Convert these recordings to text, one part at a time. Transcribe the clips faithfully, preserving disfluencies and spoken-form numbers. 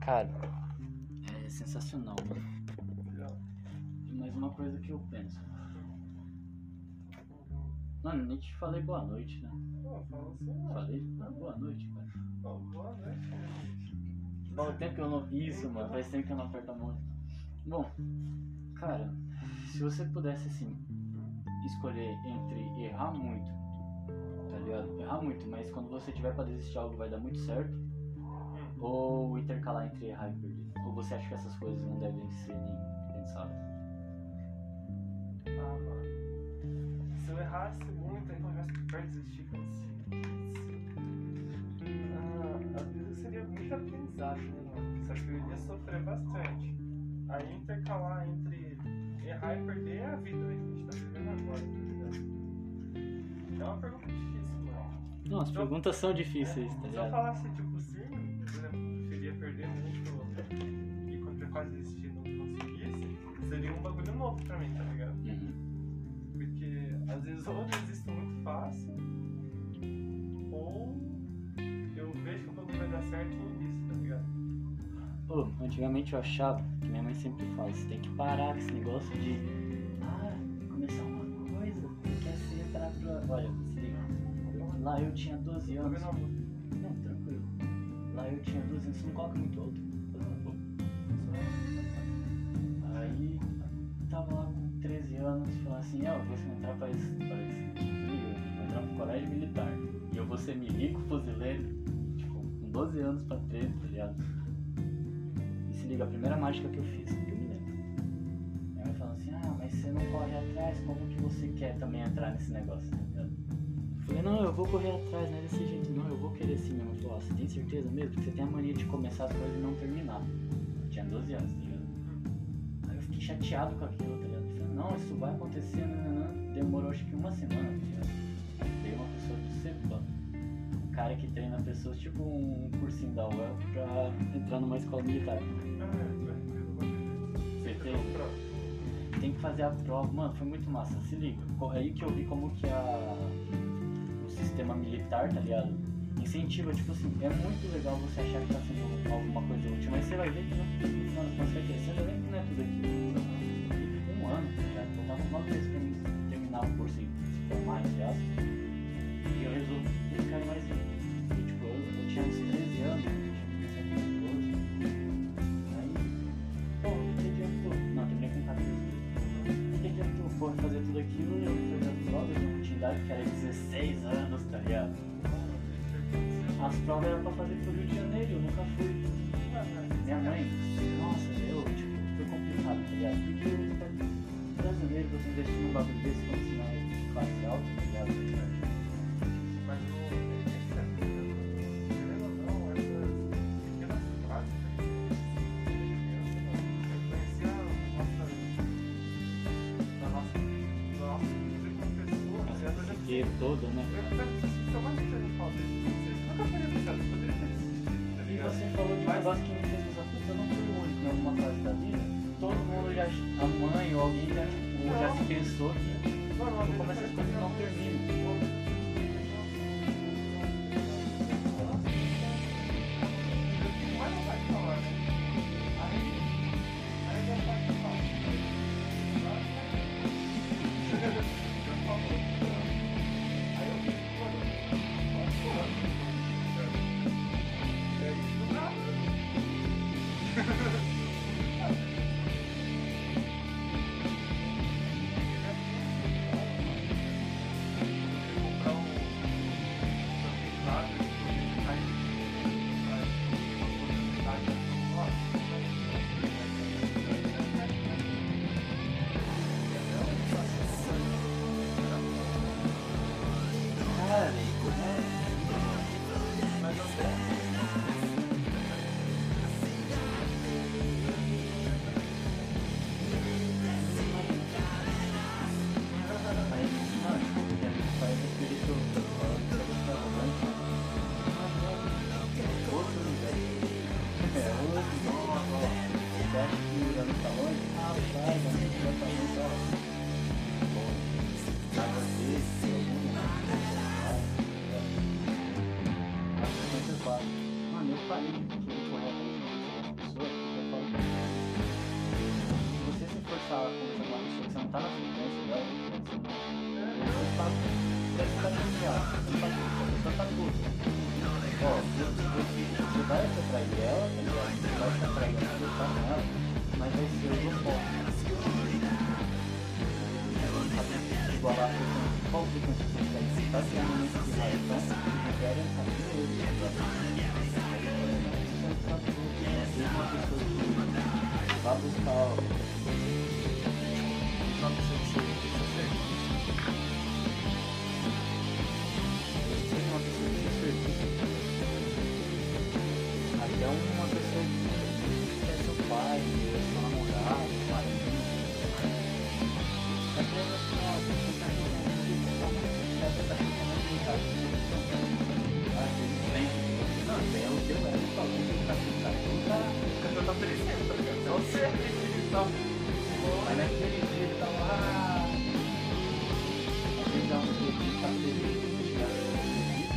Cara, é sensacional, mano. E mais uma coisa que eu penso. Mano, nem te falei boa noite, né? Pô, fala assim, mano. Falei? Ah, boa noite, cara. Pô, boa noite, mano. Faz tempo que eu não... Isso, mano. Faz tempo que eu não aperto a mão. Bom, cara, se você pudesse, assim, escolher entre errar muito, tá ligado? Errar muito, mas quando você tiver pra desistir algo vai dar muito certo, ou intercalar entre errar e perder? Ou você acha que essas coisas não devem ser nem pensadas? Ah, mano. Se eu errasse muito, aí quando eu tivesse perto de desistir, como se... Ah, às vezes seria muito aprendizado, né, mano? Só que eu iria sofrer bastante. Aí intercalar entre errar e perder é a vida, né, que a gente tá vivendo agora, tá ligado? É uma pergunta difícil, mano. Não, as Então, perguntas são difíceis, tá Se eu ligado? falasse, tipo, sim, por exemplo, eu preferia perder muito e quando eu quase desistir não conseguisse, seria um bagulho novo pra mim, tá ligado? Uhum. Porque às vezes ou eu desisto muito fácil, ou eu vejo que o bagulho vai dar certo no início, tá ligado? Pô, antigamente eu achava, que minha mãe sempre fala, você tem que parar com esse negócio de ah, começar uma coisa, quer ser entrar pra... Olha, se liga, lá eu tinha doze Tá anos. vendo a música? Não, tranquilo. Lá eu tinha doze anos, você não coloca muito alto. Aí tava lá com treze anos falando assim, ó, você vai entrar pra esse, pra esse vou entrar pro colégio militar. E eu vou ser milico, fuzileiro, tipo, com doze anos pra treze, tá ligado? E se liga, a primeira mágica que eu fiz, que eu me lembro. Minha mãe falando assim, ah, mas você não corre atrás, como que você quer também entrar nesse negócio, tá ligado? Eu falei, não, eu vou correr atrás, não é desse jeito não, eu vou querer sim. Minha mãe falou, ó, você tem certeza mesmo? Porque você tem a mania de começar as coisas e não terminar. Eu tinha doze anos, tá ligado? Aí eu fiquei chateado com aquilo, tá ligado? Eu falei, não, isso vai acontecer, não, não, não. Demorou acho que uma semana, tá ligado? Aí veio uma pessoa do CEPAM, um cara que treina pessoas, tipo um cursinho da U E L pra entrar numa escola militar. Você tem, tem que fazer a prova, mano, foi muito massa, se liga. É aí que eu vi como que a... sistema militar, tá ligado? Incentiva, tipo assim, é muito legal você achar que tá sendo alguma coisa útil, mas você vai ver que no final das contas vai crescendo, além que não é tudo aquilo. E ficou um ano, tá ligado? Faltava nove meses pra mim terminar o curso e se formar, entre aspas. E eu resolvi ficar mais. E, tipo, eu, eu tinha uns treze anos, eu tinha uns doze. Aí, pô, o que adiantou? Não, terminei com catorze. O que adiantou? Pô, fazer tudo aquilo e eu fiz as provas, eu não tinha idade que era dezesseis anos, tá ligado? As provas eram pra fazer pro Rio de Janeiro, eu nunca fui. Minha mãe, nossa, eu, tipo, foi complicado, tá ligado? Porque o brasileiro, você investir num bagulho desse quando você não é de classe alta, tá ligado? Mas o... querendo ou não, essas pequenas frases influenciam a nossa... na nossa... na nossa vida como pessoa. Nossa, esse dinheiro todo, né? Eu mais que eu falo disso, você nunca faria pensado, poderia ter desistido, tá E ligado? você falou de um negócio que me fez pensar, puta, eu não fui o único em alguma fase da vida. Todo mundo já, a mãe ou alguém já, ou já se pensou que como essas coisas não terminam. Mas não vai falar, né? Aí, aí já vai falar. Já falou. Aí eu fico, mano, pode falar. É isso do nada. Comprar um campinado e cair Cara, mas não tem. mas, mano, é, faz aquele que eu tô falando, que você tá falando. Outro universo. É outro, ó. Você acha que ela tá longe? Ah, vai, a gente vai fazer isso, ó. Bom, água desse, algum lugar. Mano, eu parei de correr atrás Ó, você, você vai atrair ela, tá ligado? Você vai se atrair ela, você tá com ela, mas vai ser o oposto. Igual a questão, qual frequência você quer? Você tá tendo um momento de raiva, então você quer um caminho hoje, tá ligado? Às vezes uma pessoa que vai buscar uma pessoa que seja uma pessoa que seja serviço, até uma pessoa que é seu pai, seu namorado, seu marido, até assim, ó, você tá não, tem o teu ego falando que tá ficando, Eu tô triste, tá ligado? Não sei o que eles estão. mas naquele dia ele tava lá, às vezes é um dia que ele tá feliz, tá feliz,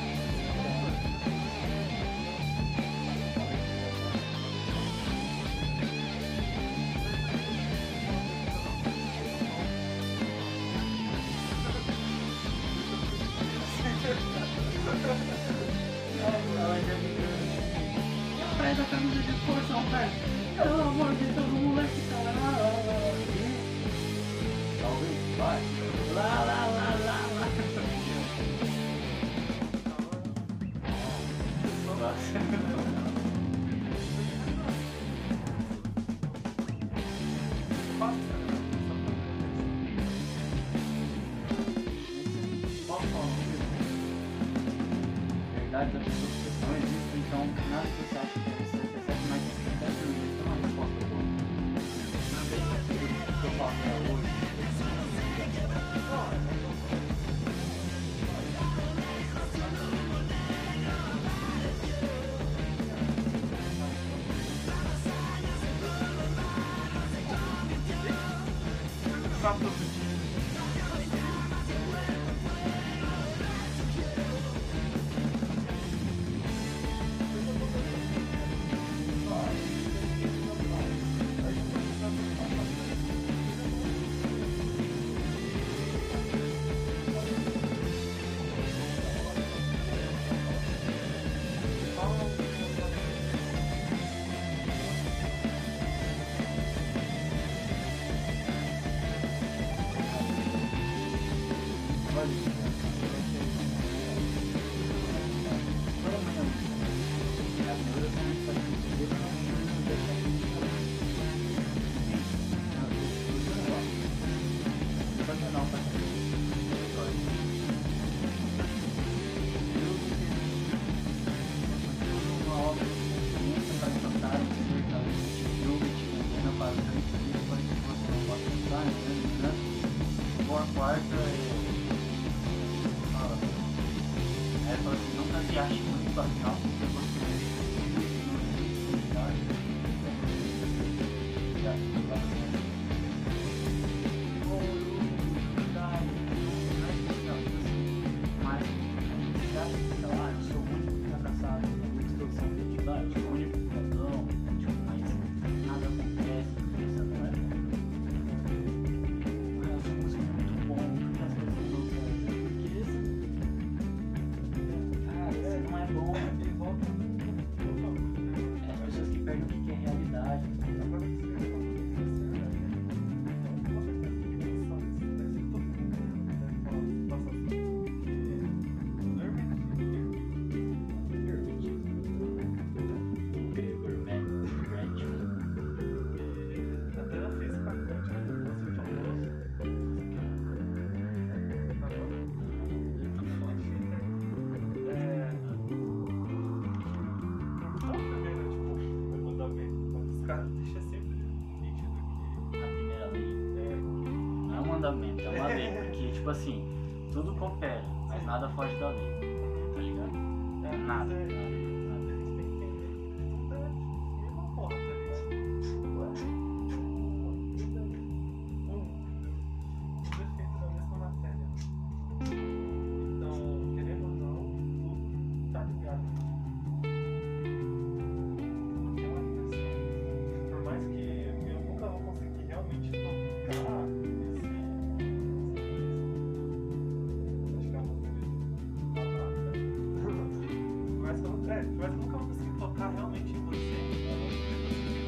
ela já me atrás da camisa de força, Roberto. Pelo amor de Deus, o moleque tá lá. Talvez, vai. Lá, lá, lá, lá, lá. Verdade, as pessoas não existem, então nada que você acha que você percebe, mas acontece no jeito, uma resposta boa. Não sei se eu falo pra ela hoje. Só todo dia. Mandamento, é uma lei, porque tipo assim, tudo coopera, mas nada foge da lei, tá ligado? É nada, nada, nada. A gente tem que entender que tudo é uma porra, tá ligado? Um defeito da mesma matéria. Então, querendo ou não, tudo tá ligado. Por mais que eu nunca vou conseguir realmente tocar mas focar realmente em você.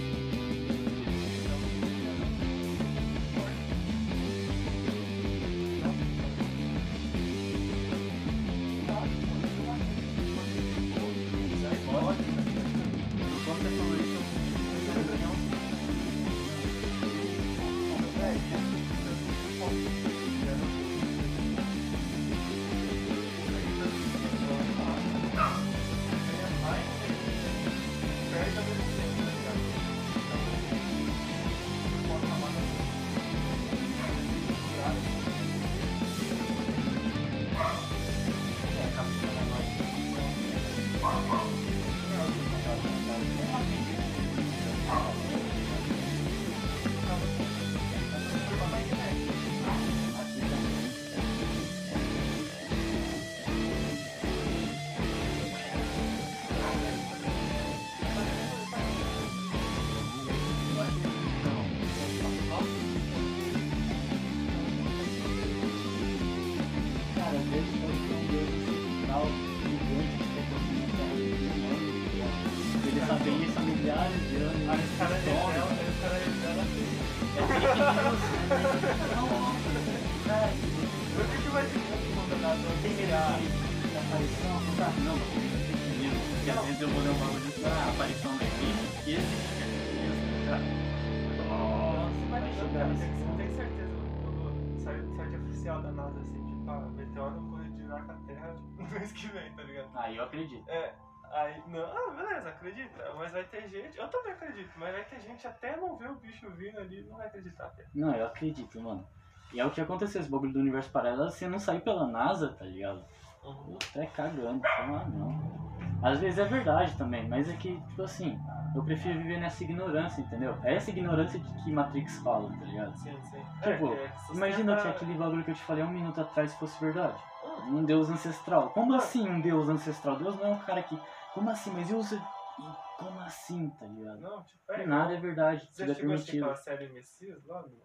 Aí eu acredito. É, aí, não, ah, beleza, acredita, mas vai ter gente, eu também acredito, mas vai ter gente até não ver o bicho vindo ali, não vai acreditar até. Não, eu acredito, mano. E é o que aconteceu, esse bagulho do universo paralelo, você não sair pela NASA, tá ligado? Uhum. Eu tô até cagando, ah não. Às vezes é verdade também, mas é que, tipo assim, eu prefiro viver nessa ignorância, entendeu? É essa ignorância que, que Matrix fala, tá ligado? Sim, sim. Tipo, é, que imagina sustenta... que aquele bagulho que eu te falei um minuto atrás fosse verdade. Um deus ancestral. Como assim um deus ancestral? Deus não é um cara que... Como assim? Mas eu... Como assim, tá ligado? Não, tipo, é... Nada é verdade, Você tudo é chegou a assistir permitido. aquela série Messias lá no...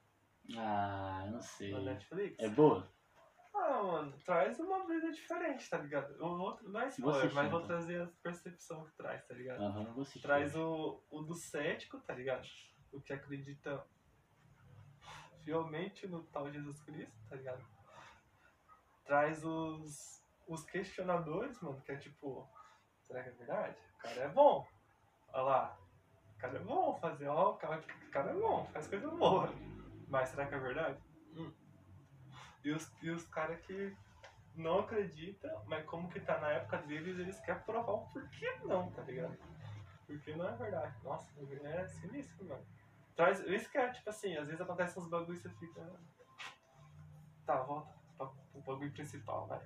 Ah, não sei. na Netflix? É boa? Ah, mano, traz uma brisa diferente, tá ligado? O outro não é Vou spoiler, assistir, mas vou então. trazer a percepção que traz, tá ligado? Aham, não vou assistir. Traz o, o do cético, tá ligado? O que acredita fielmente no tal Jesus Cristo, tá ligado? Traz os, os questionadores, mano, que é tipo, será que é verdade? O cara é bom. Olha lá, o cara é bom fazer, ó, o cara, o cara é bom, faz coisa boa. Mas será que é verdade? Hum. E os, e os caras que não acreditam, mas como que tá na época deles, eles querem provar o porquê não, tá ligado? Porque não é verdade. Nossa, é sinistro, mano. Traz, isso que é, tipo assim, às vezes acontece uns bagulhos e você fica... Tá, volta pra, pro bagulho principal, vai.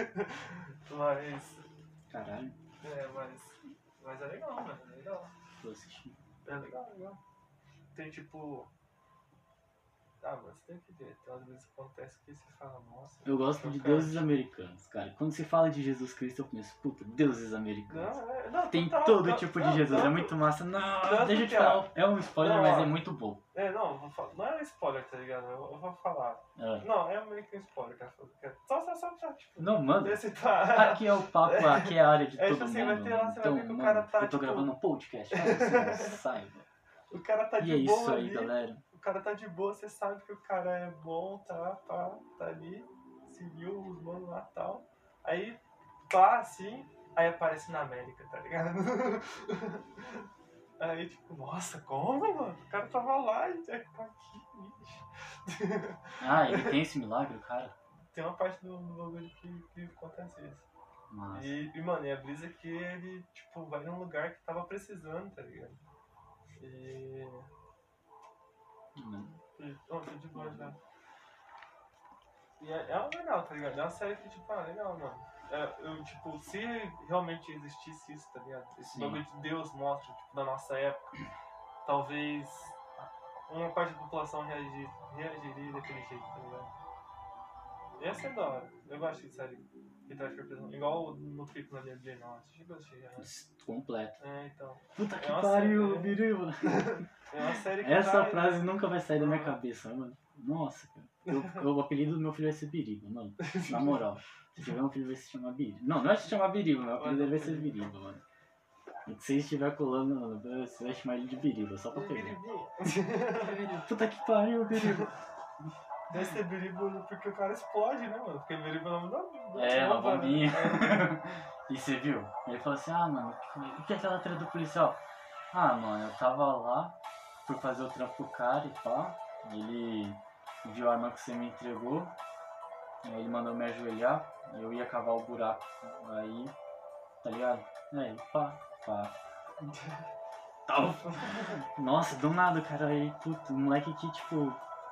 Mas... Caralho, É, mas... Mas é legal, mano, é legal. vou assistir. É legal, é legal. Tem tipo... Ah, mas tem que ver. Então, às vezes acontece que você fala, nossa... Eu gosto de chocante. deuses americanos, cara. Quando se fala de Jesus Cristo, eu penso, puta, deuses americanos. Não, é, não, Tem total, todo não, tipo não, de Jesus, não, é muito massa. Não, tanto deixa eu te que, ó, falar, é um spoiler, não, mas ó, é muito bom. É, não, eu vou falar, não é um spoiler, tá ligado? Eu, eu vou falar. Ah. Não, é meio que um spoiler, cara. Só, só, só pra, tipo... Não, mano. Ver tá... Aqui é o papo, aqui é a área de É, todo tipo assim, mundo. vai ter lá, você vai Então, ver que o mano, cara tá, eu tô tipo- gravando um podcast, cara, você não saiba. O cara tá de E é boa isso aí, ali. galera. O cara tá de boa, você sabe que o cara é bom, tá, pá, tá ali, seguiu os manos lá e tal. Aí, pá, assim, aí aparece na América, tá ligado? Aí, tipo, nossa, como, mano? O cara tava lá e é tá aqui, bicho. Ah, ele tem esse milagre, o cara? Tem uma parte do do bagulho que, que acontece isso. Massa. E, e, mano, e a brisa é que ele, tipo, vai num lugar que tava precisando, tá ligado? E... Mano. e oh, tô de boa já. E é, é legal, tá ligado? É uma série que, tipo, ah, legal, mano. É, eu, tipo, se realmente existisse isso, tá ligado? Esse Sim. bagulho de Deus mostra, tipo, da nossa época, talvez uma parte da população reagir, reagiria daquele jeito, tá ligado? Ia ser da hora. Eu gosto de série que traz representação. Igual no clipe na Jay Nossa. Eu gostei, né? Completo. É, então. Puta É que uma pariu, série- Birima. É uma série que Essa traz- frase nunca vai sair da minha cabeça, mano. Nossa, cara. Eu, eu- o apelido do meu filho vai ser Biriba, mano. Na moral. Se tiver um filho vai se chamar Biriba. Não, não vai se chamar Biriba, meu apelido dele vai ser Biriba, mano. E que se estiver colando, mano, você vai chamar ele de Biriba, só pra pegar. Puta que pariu, Biriba. Deve ser Biriba porque o cara explode, né, mano? Porque Biriba é o nome da... É, uma bomba, bombinha. né? E você viu? Ele falou assim, ah, mano, o que é aquela treta do policial? Ah, mano, eu tava lá, fui fazer o trampo pro cara e pá. Ele viu a arma que você me entregou. Aí ele mandou me ajoelhar e eu ia cavar o buraco. Aí, tá ligado? Aí, pá, pá. Tal. Nossa, do nada, cara, aí, puto, o moleque aqui, tipo...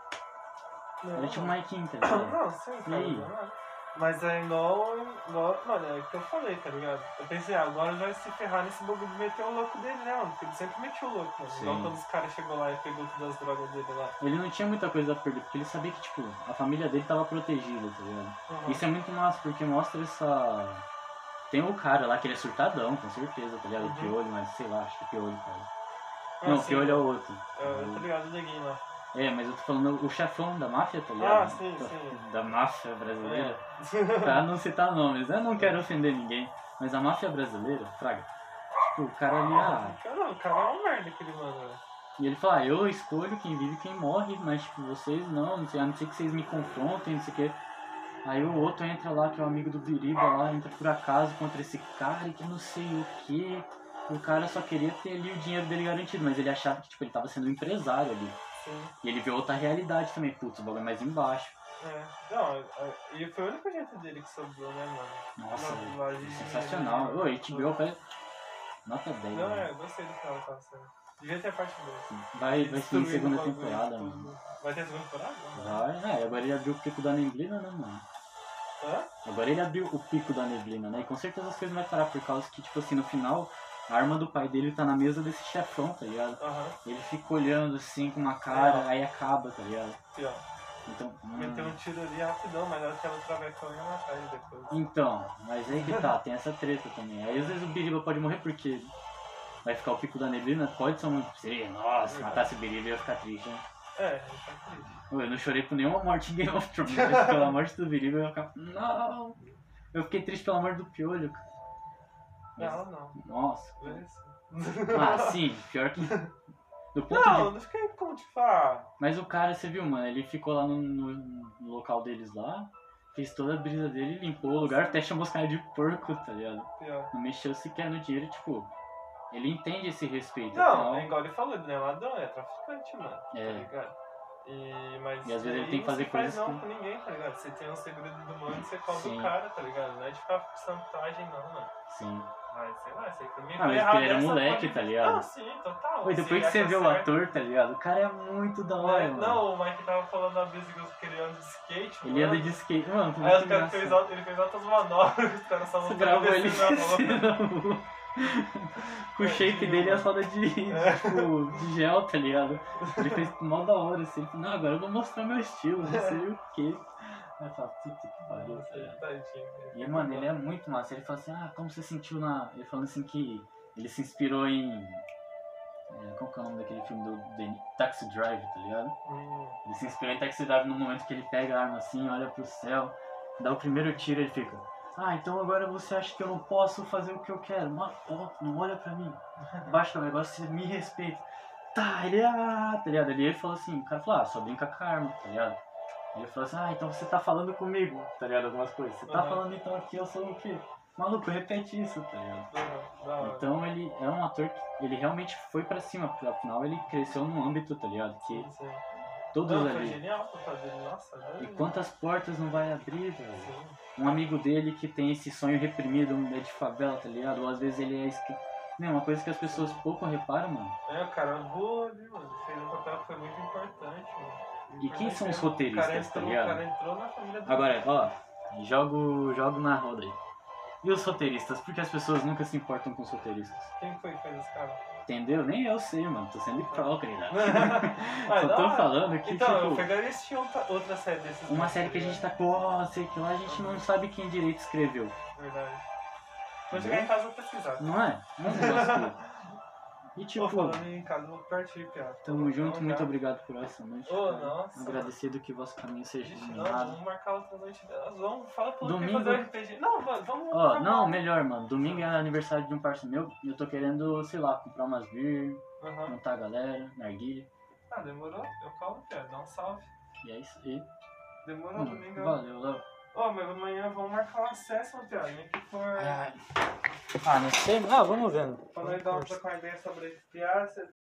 Não, Ele é tipo não. Maikinho, tá ligado? Não, sim, E cara, aí? não é nada. Mas é igual, igual... Mano, é o que eu falei, tá ligado? Eu pensei, ah, agora vai se ferrar nesse bagulho de meter o louco dele, né, mano? Porque ele sempre metiu o louco, mano. Sim. Igual quando os caras chegou lá e pegou todas as drogas dele lá. Ele não tinha muita coisa a perder, porque ele sabia que, tipo, a família dele tava protegida, tá ligado? Uhum. Isso é muito massa, porque mostra essa... Tem o cara lá que ele é surtadão, com certeza, tá ligado? O Uhum. Piolho, mas sei lá, acho que é Piolho, cara. Ah, Não, o sim. Piolho é o outro. Eu, eu tô ligado, o neguinho lá. É, mas eu tô falando o chefão da máfia, tá ligado? Ah, sim, sim. Da máfia brasileira. É. Pra não citar nomes, eu não quero ofender ninguém, mas a máfia brasileira, fraga, tipo, o cara ali, ah, Cara, o cara é uma merda aquele mano, velho. e ele fala, ah, eu escolho quem vive e quem morre, mas tipo, vocês não, não sei, a não ser que vocês me confrontem, não sei o que. Aí o outro entra lá, que é o amigo do Biriba lá, entra por acaso contra esse cara e que não sei o que. O cara só queria ter ali o dinheiro dele garantido, mas ele achava que tipo, ele tava sendo um empresário ali. Sim. E ele vê outra realidade também, putz, o bagulho é mais embaixo. É. Não, e foi o único jeito dele que sobrou, né, mano? Nossa, Uma- uma de- sensacional. Ô, H B O foi nota dez. Não, né? é, eu gostei do final, tá certo. Devia ter a parte dois. Vai, vai ser em Destruindo segunda o bagulho, temporada, tudo. mano. Vai ter segunda temporada? Vai, é, agora ele abriu o pico da neblina, né, mano? Hã? Agora ele abriu o pico da neblina, né? E com certeza as coisas vão parar, por causa que, tipo assim, no final, a arma do pai dele tá na mesa desse chefão, tá ligado? Aham. Ele fica olhando assim com uma cara, É. aí acaba, tá ligado? Aqui, ó. Então, hum, Meteu um tiro ali rapidão, mas aquela travecão ia matar ele depois. então, mas aí que tá, tem essa treta também. Aí às vezes o Biriba pode morrer porque vai ficar o pico da neblina, pode ser muito. Seria, nossa, se matasse o Biriba eu ia ficar triste, né? É, ele tá triste. Eu não chorei por nenhuma morte em Game of Thrones, mas pela morte do Biriba eu ia ficar. Não! Eu fiquei triste pela morte do Piolho, cara. Mas, Não, não. nossa. Beleza. Ah, sim, pior que. Do ponto Não, de. não fiquei como te falar. Mas o cara, você viu, mano, ele ficou lá no, no, no local deles lá, fez toda a brisa dele, limpou o lugar, até chamou os caras de porco, tá ligado? Pior. Não mexeu sequer no dinheiro, tipo. Ele entende esse respeito. Não, afinal- é igual ele falou, ele não é ladrão, é traficante, mano. É. Tá ligado? E, mas E às vezes ele aí tem que fazer você faz coisas não que- com ninguém, tá ligado? Você tem um segredo do mano e você cobra Sim. o cara, tá ligado? Não é de ficar com chantagem não, mano. Sim. Mas sei lá, sei que ninguém Ah, foi mas errado porque ele era dessa, moleque, pode- tá ligado? Não, sim, total. Oi, depois Se que você acha vê o certo. ator, tá ligado? O cara é muito da hora, Não, mano. não, o Mike tava falando da vez que ele anda de skate, Ele anda mano. de skate. Mano, foi Aí muito os caras fez, engraçado. alto- ele fez altas manobras, os caras só Você não gravou ele descendo na rua. descendo na rua. Com o É, shape tio, dele e a mano. soda de, tipo, de gel, tá ligado? Ele fez mó da hora, assim. Ele falou, não, agora eu vou mostrar meu estilo, não sei o quê. Aí eu falo, puta que pariu, tá ligado? Tadinho. E, mano, ele é muito massa. Ele falou assim, ah, como você sentiu na... Ele falando assim que ele se inspirou em... É, qual que é o nome daquele filme do Denis? Taxi Drive, tá ligado? Hum, Ele se inspirou em Taxi Drive no momento que ele pega a arma assim, olha pro céu, dá o primeiro tiro e ele fica... Ah, então agora você acha que eu não posso fazer o que eu quero? Mas, ó, não olha pra mim. Baixa o negócio, você me respeita. Tá, ele... Ah, tá ligado? Ali ele falou assim, o cara falou, ah, só brinca com a arma, tá ligado? Ele falou assim, ah, então você tá falando comigo, tá ligado? Algumas coisas. Você tá Uhum. falando então aqui, eu sou o quê? Maluco, repete isso, tá ligado? da hora. Então ele é um ator que ele realmente foi pra cima, porque afinal ele cresceu num âmbito, tá ligado? Que Sim, sim. todos Não, foi ali. genial por fazer ele, nossa, né? E quantas portas não vai abrir, velho? Sim. Um amigo dele que tem esse sonho reprimido, é de favela, tá ligado? Ou às vezes ele é... Esque... Não, uma coisa que as pessoas pouco reparam, mano. É, o cara voou ali, mano. Fez um papel que foi muito importante, mano. E quem são os O cara roteiristas, tá entrou, ligado? O cara entrou na família do Agora, ó, jogo, jogo na roda aí. E os roteiristas? Por que as pessoas nunca se importam com os roteiristas? Quem foi que fez esse cara? Entendeu? Nem eu sei, mano. Tô sendo hipócrita. Ah, Só da tô hora. falando que, Então, eu tipo... pegaria e assistir outra, outra série desses. Uma série que a gente tá com, ó, sei que lá, a gente não sabe quem direito escreveu. Verdade. Quando chegar em casa eu vou pesquisar. Não é? Não é um negócio que... E Ô, tipo, falando em casa, eu vou partir, cara. tamo junto, Não, muito já. obrigado por essa noite. Ô, cara. nossa. Agradecido que o vosso caminho seja Ixi, não, iluminado. vamos marcar outra noite delas. Vamos, fala pro Luke Domingo- fazer R P G. Não, mano, vamos. Ó, vamos não, lá. melhor, mano. Domingo é aniversário de um parceiro meu e eu tô querendo, sei lá, comprar umas beer, Aham. montar a galera, narguilha. Ah, demorou? Eu colo, cara. Dá um salve. E é isso aí. Demorou, Hum, domingo. valeu, Léo. Ô, mas amanhã vamos marcar um acesso, piada. Nem que for. Ai, ai. Ah, não sei. Ah, vamos vendo. Pra nós dar uma trocar ideia sobre esse piada.